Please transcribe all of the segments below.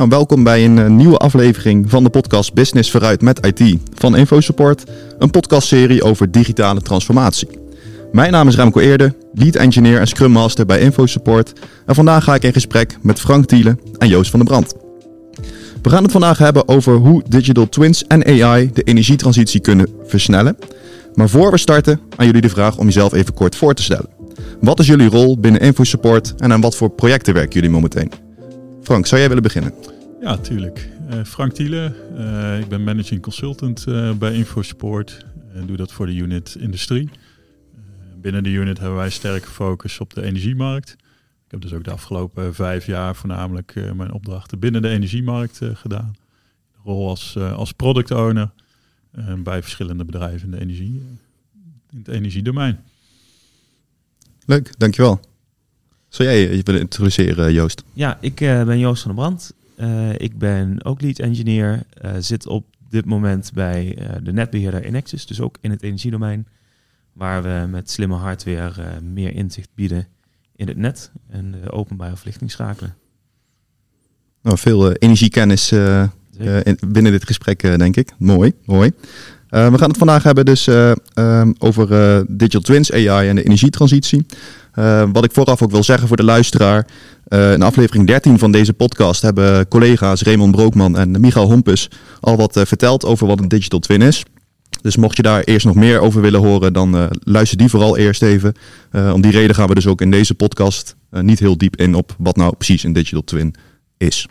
Nou, welkom bij een nieuwe aflevering van de podcast Business Vooruit met IT van InfoSupport, een podcastserie over digitale transformatie. Mijn naam is Remco Eerde, lead engineer en scrum master bij InfoSupport en vandaag ga ik in gesprek met Frank Thiele en Joost van der Brand. We gaan het vandaag hebben over hoe digital twins en AI de energietransitie kunnen versnellen. Maar voor we starten aan jullie de vraag om jezelf even kort voor te stellen. Wat is jullie rol binnen InfoSupport en aan wat voor projecten werken jullie momenteel? Frank, zou jij willen beginnen? Ja, tuurlijk. Frank Thiele, ik ben managing consultant bij InfoSupport. Doe dat voor de unit industrie. Binnen de unit hebben wij sterke focus op de energiemarkt. Ik heb dus ook de afgelopen 5 jaar voornamelijk mijn opdrachten binnen de energiemarkt gedaan. De rol als product owner bij verschillende bedrijven in het energiedomein. Leuk, dankjewel. Zou jij je willen introduceren, Joost? Ja, ik ben Joost van der Brand. Ik ben ook lead engineer. Zit op dit moment bij de netbeheerder Enexis, dus ook in het energiedomein. Waar we met slimme hardware meer inzicht bieden in het net en de openbare verlichting schakelen. Nou, veel energiekennis binnen dit gesprek, denk ik. Mooi. We gaan het vandaag hebben dus over digital twins, AI en de energietransitie. Wat ik vooraf ook wil zeggen voor de luisteraar. In aflevering 13 van deze podcast hebben collega's Raymond Brookman en Michael Hompus al wat verteld over wat een digital twin is. Dus mocht je daar eerst nog meer over willen horen, dan luister die vooral eerst even. Om die reden gaan we dus ook in deze podcast niet heel diep in op wat nou precies een digital twin is.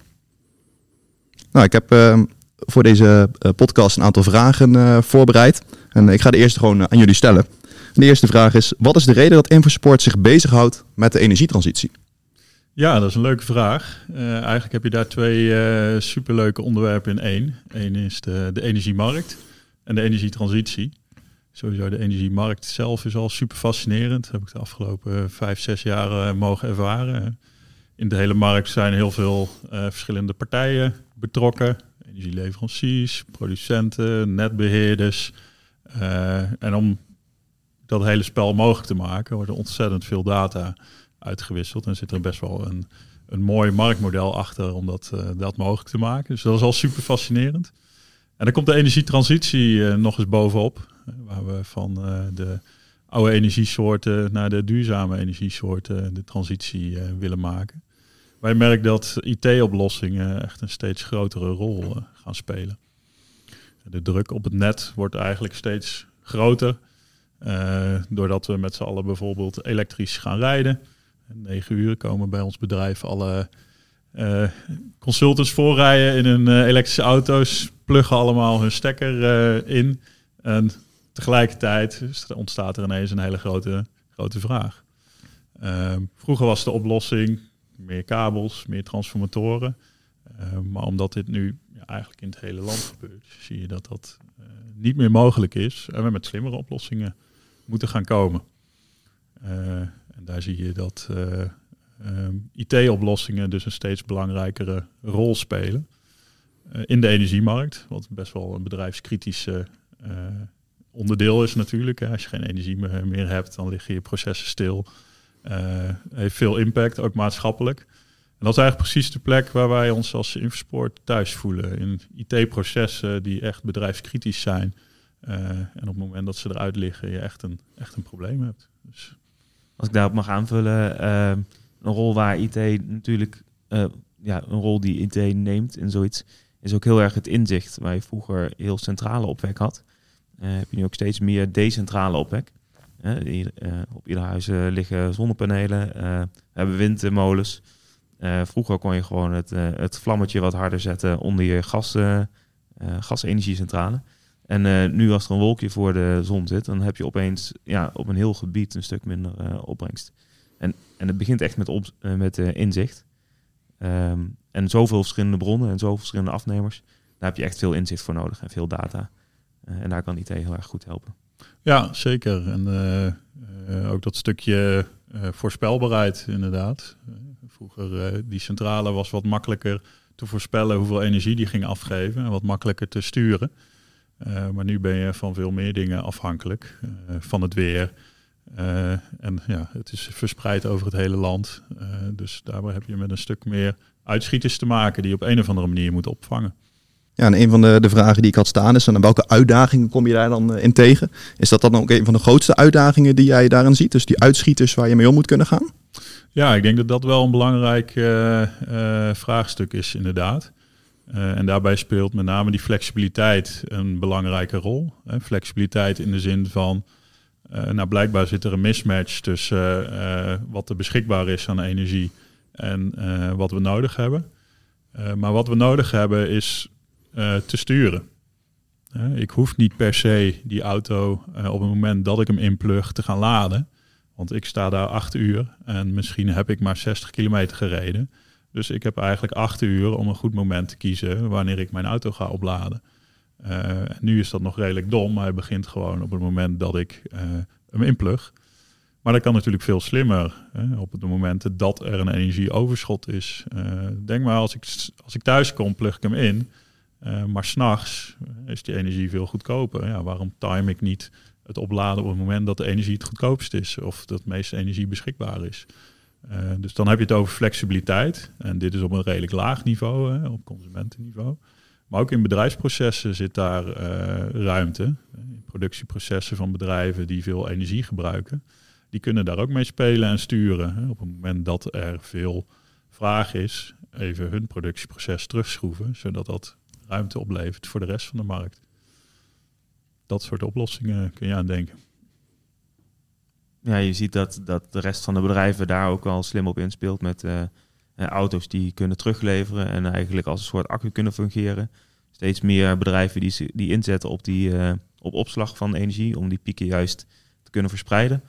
Nou, ik heb voor deze podcast een aantal vragen voorbereid. En ik ga de eerste gewoon aan jullie stellen. De eerste vraag is, wat is de reden dat InfoSupport zich bezighoudt met de energietransitie? Ja, dat is een leuke vraag. Eigenlijk heb je daar 2 superleuke onderwerpen in één. Eén is de energiemarkt en de energietransitie. Sowieso de energiemarkt zelf is al super fascinerend. Dat heb ik de afgelopen 5-6 jaar mogen ervaren. In de hele markt zijn heel veel verschillende partijen betrokken. Energieleveranciers, producenten, netbeheerders. En om dat hele spel mogelijk te maken, wordt er ontzettend veel data uitgewisseld. En zit er best wel een mooi marktmodel achter om dat mogelijk te maken. Dus dat is al super fascinerend. En dan komt de energietransitie nog eens bovenop. Waar we van de oude energiesoorten naar de duurzame energiesoorten de transitie willen maken. Wij merken dat IT-oplossingen echt een steeds grotere rol gaan spelen. De druk op het net wordt eigenlijk steeds groter. Doordat we met z'n allen bijvoorbeeld elektrisch gaan rijden. 9 uur komen bij ons bedrijf alle consultants voorrijden in hun elektrische auto's. Pluggen allemaal hun stekker in. En tegelijkertijd ontstaat er ineens een hele grote vraag. Vroeger was de oplossing meer kabels, meer transformatoren. Maar omdat dit nu eigenlijk in het hele land gebeurt, zie je dat niet meer mogelijk is. En we met slimmere oplossingen moeten gaan komen. En daar zie je dat IT-oplossingen dus een steeds belangrijkere rol spelen. In de energiemarkt, wat best wel een bedrijfskritisch onderdeel is natuurlijk. Hè. Als je geen energie meer hebt, dan liggen je processen stil. Heeft veel impact, ook maatschappelijk. En dat is eigenlijk precies de plek waar wij ons als InfoSupport thuis voelen. In IT-processen die echt bedrijfskritisch zijn. En op het moment dat ze eruit liggen, je echt een probleem hebt. Dus. Als ik daarop mag aanvullen, een rol waar IT natuurlijk, een rol die IT neemt in zoiets, is ook heel erg het inzicht. Waar je vroeger heel centrale opwek had, heb je nu ook steeds meer decentrale opwek. Op ieder huis liggen zonnepanelen, hebben windmolens. Vroeger kon je gewoon het vlammetje wat harder zetten onder je gasenergiecentrale. En nu als er een wolkje voor de zon zit, dan heb je opeens op een heel gebied een stuk minder opbrengst. En het begint echt met inzicht. En zoveel verschillende bronnen en zoveel verschillende afnemers. Daar heb je echt veel inzicht voor nodig en veel data. En daar kan IT heel erg goed helpen. Ja, zeker. En ook dat stukje voorspelbaarheid inderdaad. Vroeger die centrale was wat makkelijker te voorspellen hoeveel energie die ging afgeven. En wat makkelijker te sturen. Maar nu ben je van veel meer dingen afhankelijk. Van het weer. En het is verspreid over het hele land. Dus daarbij heb je met een stuk meer uitschieters te maken die je op een of andere manier moet opvangen. Ja, en een van de vragen die ik had staan is, en welke uitdagingen kom je daar dan in tegen? Is dat dan ook een van de grootste uitdagingen die jij daarin ziet? Dus die uitschieters waar je mee om moet kunnen gaan? Ja, ik denk dat dat wel een belangrijk vraagstuk is inderdaad. En daarbij speelt met name die flexibiliteit een belangrijke rol. Flexibiliteit in de zin van, blijkbaar zit er een mismatch tussen wat er beschikbaar is aan energie en wat we nodig hebben. Maar wat we nodig hebben is te sturen. Ik hoef niet per se die auto op het moment dat ik hem inplug te gaan laden. Want ik sta daar 8 uur en misschien heb ik maar 60 kilometer gereden. Dus ik heb eigenlijk 8 uur om een goed moment te kiezen wanneer ik mijn auto ga opladen. Nu is dat nog redelijk dom, maar hij begint gewoon op het moment dat ik hem inplug. Maar dat kan natuurlijk veel slimmer op het moment dat er een energieoverschot is. Denk maar, als ik thuis kom, plug ik hem in. Maar 's nachts is die energie veel goedkoper. Ja, waarom time ik niet het opladen op het moment dat de energie het goedkoopst is of dat de meeste energie beschikbaar is? Dus dan heb je het over flexibiliteit. En dit is op een redelijk laag niveau, op consumentenniveau. Maar ook in bedrijfsprocessen zit daar ruimte. In productieprocessen van bedrijven die veel energie gebruiken. Die kunnen daar ook mee spelen en sturen. Op het moment dat er veel vraag is, even hun productieproces terugschroeven, zodat dat ruimte oplevert voor de rest van de markt. Dat soort oplossingen kun je aan denken. Ja, je ziet dat de rest van de bedrijven daar ook wel slim op inspeelt met auto's die kunnen terugleveren en eigenlijk als een soort accu kunnen fungeren. Steeds meer bedrijven die inzetten op opslag van energie om die pieken juist te kunnen verspreiden.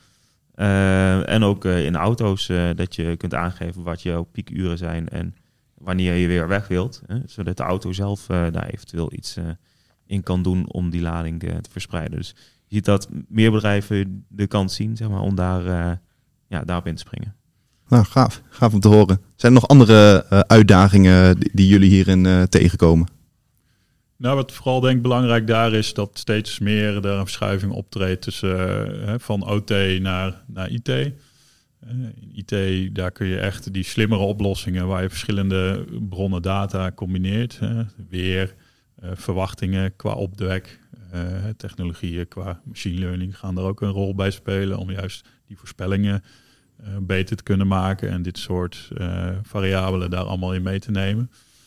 En ook in auto's dat je kunt aangeven wat jouw piekuren zijn en wanneer je weer weg wilt. Zodat de auto zelf daar eventueel iets in kan doen om die lading te verspreiden. Dus je ziet dat meer bedrijven de kans zien, zeg maar, om daarop in te springen. Nou, gaaf om te horen. Zijn er nog andere uitdagingen die jullie hierin tegenkomen? Nou, wat vooral denk ik belangrijk daar is dat steeds meer er een verschuiving optreedt tussen van OT naar IT. In IT, daar kun je echt die slimmere oplossingen waar je verschillende bronnen data combineert. Weer verwachtingen qua opwek, technologieën qua machine learning gaan er ook een rol bij spelen om juist die voorspellingen beter te kunnen maken en dit soort variabelen daar allemaal in mee te nemen.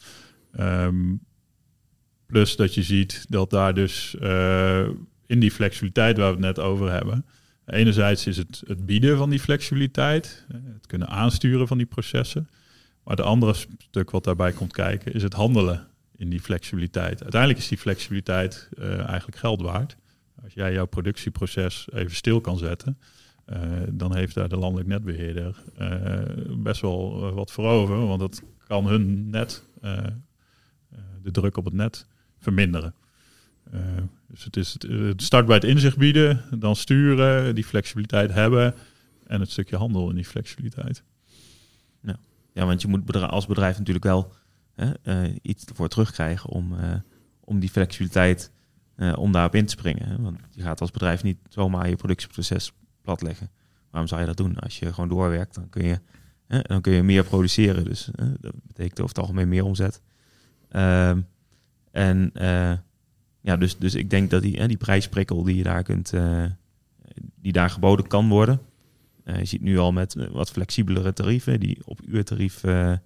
Plus dat je ziet dat daar dus in die flexibiliteit waar we het net over hebben, enerzijds is het bieden van die flexibiliteit, het kunnen aansturen van die processen. Maar het andere stuk wat daarbij komt kijken is het handelen in die flexibiliteit. Uiteindelijk is die flexibiliteit eigenlijk geld waard. Als jij jouw productieproces even stil kan zetten, dan heeft daar de landelijk netbeheerder best wel wat voor over. Want dat kan hun net, de druk op het net, verminderen. Dus het start bij het inzicht bieden, dan sturen, die flexibiliteit hebben en het stukje handel in die flexibiliteit. Ja, want je moet als bedrijf natuurlijk wel iets ervoor terugkrijgen om die flexibiliteit, om daarop in te springen. Hè? Want je gaat als bedrijf niet zomaar je productieproces platleggen. Waarom zou je dat doen? Als je gewoon doorwerkt, dan kun je meer produceren. Dus dat betekent over het algemeen meer omzet. Dus ik denk dat die prijsprikkel die je daar die daar geboden kan worden. Je ziet nu al met wat flexibelere tarieven die op uurtarief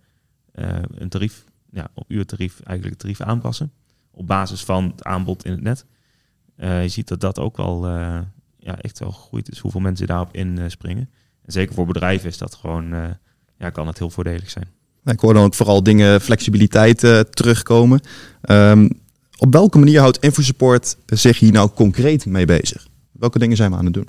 eigenlijk het tarief aanpassen. Op basis van het aanbod in het net. Je ziet dat ook wel echt wel gegroeid is. Hoeveel mensen daarop inspringen. En zeker voor bedrijven is dat gewoon, kan het heel voordelig zijn. Ik hoor dan ook vooral dingen, flexibiliteit terugkomen. Op welke manier houdt InfoSupport zich hier nou concreet mee bezig? Welke dingen zijn we aan het doen?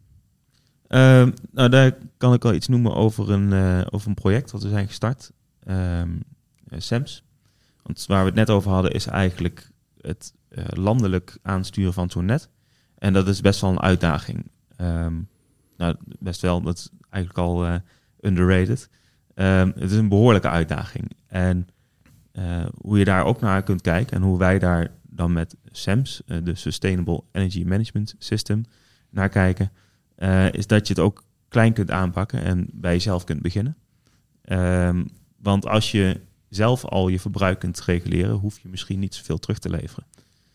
Daar kan ik wel iets noemen over een project dat we zijn gestart. SEMS. Want waar we het net over hadden is eigenlijk het landelijk aansturen van zo'n net. En dat is best wel een uitdaging. Best wel, dat is eigenlijk al underrated. Het is een behoorlijke uitdaging. En hoe je daar ook naar kunt kijken en hoe wij daar dan met SEMS, de Sustainable Energy Management System, naar kijken, is dat je het ook klein kunt aanpakken en bij jezelf kunt beginnen. Want als je zelf al je verbruik kunt reguleren, hoef je misschien niet zoveel terug te leveren.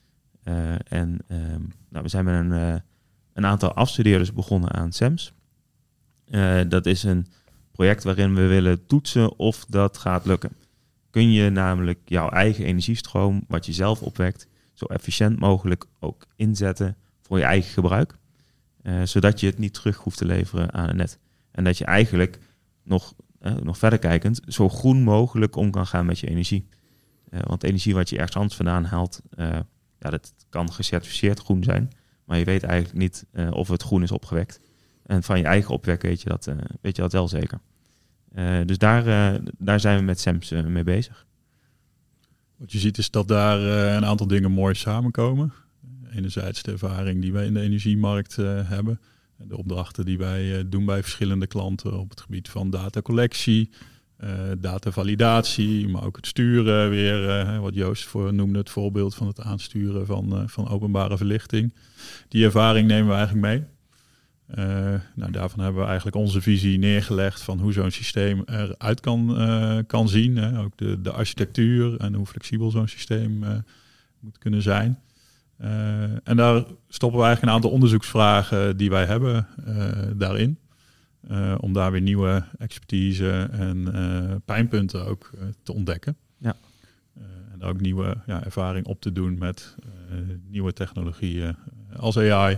We zijn met een aantal afstudeerders begonnen aan SEMS. Dat is een project waarin we willen toetsen of dat gaat lukken. Kun je namelijk jouw eigen energiestroom, wat je zelf opwekt, zo efficiënt mogelijk ook inzetten voor je eigen gebruik. Zodat je het niet terug hoeft te leveren aan het net. En dat je eigenlijk nog verder kijkend zo groen mogelijk om kan gaan met je energie. Want energie wat je ergens anders vandaan haalt, dat kan gecertificeerd groen zijn. Maar je weet eigenlijk niet of het groen is opgewekt. En van je eigen opwek weet je dat wel zeker. Dus daar zijn we met SEMS mee bezig. Wat je ziet is dat daar een aantal dingen mooi samenkomen. Enerzijds de ervaring die wij in de energiemarkt hebben. De opdrachten die wij doen bij verschillende klanten op het gebied van datacollectie, datavalidatie, maar ook het sturen weer. Wat Joost noemde, het voorbeeld van het aansturen van openbare verlichting. Die ervaring nemen we eigenlijk mee. Daarvan hebben we eigenlijk onze visie neergelegd van hoe zo'n systeem eruit kan zien. Ook de architectuur en hoe flexibel zo'n systeem moet kunnen zijn. En daar stoppen we eigenlijk een aantal onderzoeksvragen die wij hebben daarin. Om daar weer nieuwe expertise en pijnpunten ook te ontdekken. Ja. En daar ook nieuwe ervaring op te doen met nieuwe technologieën als AI.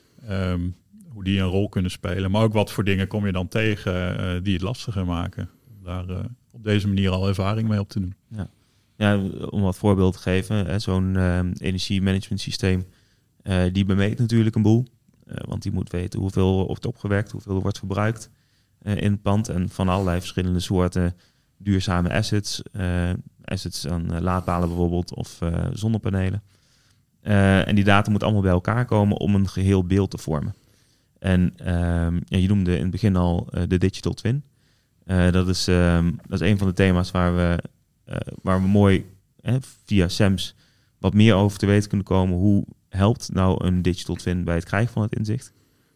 Hoe die een rol kunnen spelen. Maar ook wat voor dingen kom je dan tegen die het lastiger maken. Om daar op deze manier al ervaring mee op te doen. Ja, om wat voorbeeld te geven. Zo'n energiemanagement systeem, die bemeet natuurlijk een boel. Want die moet weten hoeveel wordt opgewekt, hoeveel er wordt verbruikt in het pand. En van allerlei verschillende soorten duurzame assets. Assets aan laadpalen bijvoorbeeld of zonnepanelen. En die data moet allemaal bij elkaar komen om een geheel beeld te vormen. En je noemde in het begin al de Digital Twin. Dat is een van de thema's waar we mooi via SEMS wat meer over te weten kunnen komen. Hoe helpt nou een Digital Twin bij het krijgen van het inzicht?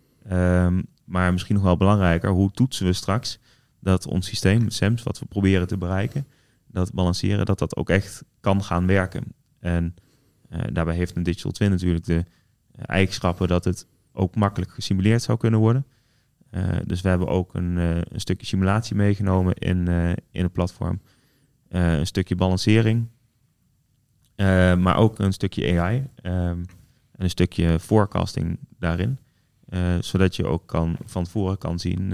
Maar misschien nog wel belangrijker, hoe toetsen we straks dat ons systeem, SEMS, wat we proberen te bereiken, dat balanceren, dat ook echt kan gaan werken. En daarbij heeft een Digital Twin natuurlijk de eigenschappen dat het ook makkelijk gesimuleerd zou kunnen worden. Dus we hebben ook een stukje simulatie meegenomen in het platform. Een stukje balancering. Maar ook een stukje AI. En een stukje forecasting daarin. Zodat je ook van tevoren kan zien,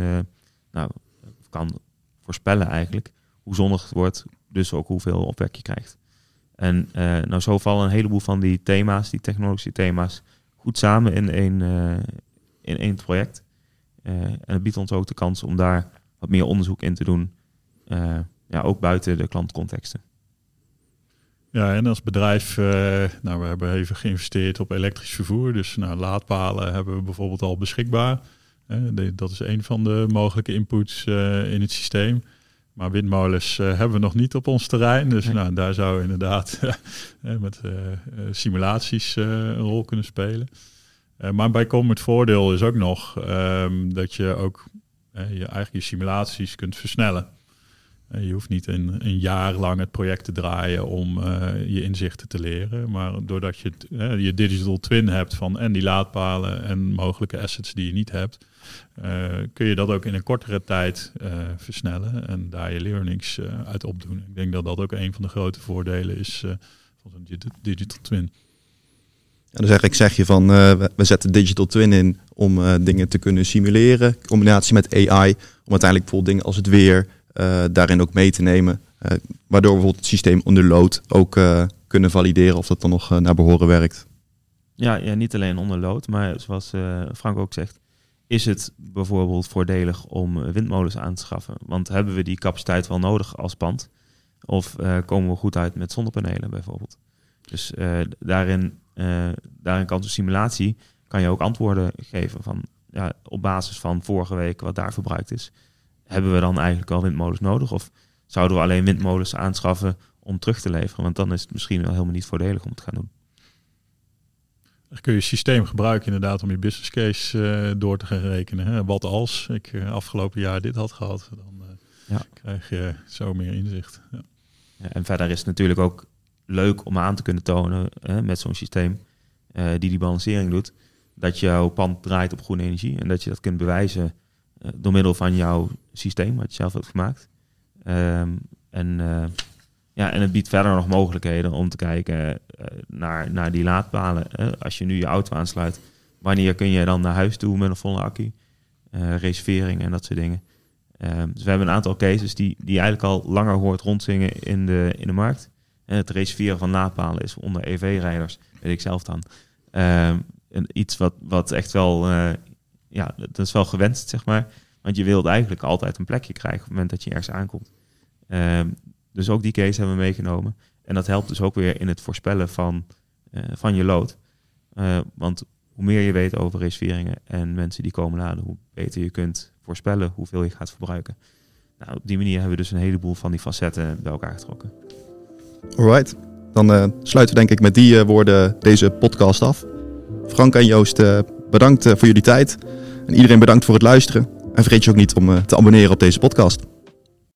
kan voorspellen eigenlijk hoe zonnig het wordt. Dus ook hoeveel opwek je krijgt. En zo vallen een heleboel van die thema's, die technologische thema's, goed samen in één project. En het biedt ons ook de kans om daar wat meer onderzoek in te doen. Ook buiten de klantcontexten. Ja, en als bedrijf, we hebben even geïnvesteerd op elektrisch vervoer. Dus laadpalen hebben we bijvoorbeeld al beschikbaar. Dat is een van de mogelijke inputs in het systeem. Maar windmolens hebben we nog niet op ons terrein. Dus daar zou inderdaad met simulaties een rol kunnen spelen. Maar bijkomend voordeel is ook nog dat je ook je simulaties kunt versnellen. Je hoeft niet een jaar lang het project te draaien om je inzichten te leren. Maar doordat je je digital twin hebt van die laadpalen en mogelijke assets die je niet hebt, kun je dat ook in een kortere tijd versnellen en daar je learnings uit opdoen. Ik denk dat dat ook een van de grote voordelen is van zo'n digital twin. Ja, dus eigenlijk zeg je van we zetten digital twin in om dingen te kunnen simuleren. In combinatie met AI om uiteindelijk bijvoorbeeld dingen als het weer daarin ook mee te nemen. Waardoor we bijvoorbeeld het systeem onder load ook kunnen valideren of dat dan nog naar behoren werkt. Ja, niet alleen onder load, maar zoals Frank ook zegt, is het bijvoorbeeld voordelig om windmolens aan te schaffen? Want hebben we die capaciteit wel nodig als pand? Of komen we goed uit met zonnepanelen bijvoorbeeld? Dus daarin kan zo'n simulatie kan je ook antwoorden geven van op basis van vorige week wat daar verbruikt is. Hebben we dan eigenlijk al windmolens nodig? Of zouden we alleen windmolens aanschaffen om terug te leveren? Want dan is het misschien wel helemaal niet voordelig om het te gaan doen. Dan kun je systeem gebruiken inderdaad om je business case door te gaan rekenen. Hè? Wat als ik afgelopen jaar dit had gehad, dan krijg je zo meer inzicht. Ja. En verder is het natuurlijk ook leuk om aan te kunnen tonen met zo'n systeem die balancering doet, dat jouw pand draait op groene energie en dat je dat kunt bewijzen door middel van jouw systeem wat je zelf hebt gemaakt. En het biedt verder nog mogelijkheden om te kijken naar die laadpalen. Als je nu je auto aansluit, wanneer kun je dan naar huis toe met een volle accu? Reservering en dat soort dingen. Dus we hebben een aantal cases die eigenlijk al langer hoort rondzingen in de markt. Het reserveren van laadpalen is onder EV-rijders, weet ik zelf dan. Iets wat echt wel, dat is wel gewenst, zeg maar. Want je wilt eigenlijk altijd een plekje krijgen op het moment dat je ergens aankomt. Dus ook die case hebben we meegenomen. En dat helpt dus ook weer in het voorspellen van je load. Want hoe meer je weet over reserveringen en mensen die komen laden, hoe beter je kunt voorspellen hoeveel je gaat verbruiken. Nou, op die manier hebben we dus een heleboel van die facetten bij elkaar getrokken. Alright, dan sluiten we denk ik met die woorden deze podcast af. Frank en Joost, bedankt voor jullie tijd. En iedereen bedankt voor het luisteren. En vergeet je ook niet om te abonneren op deze podcast.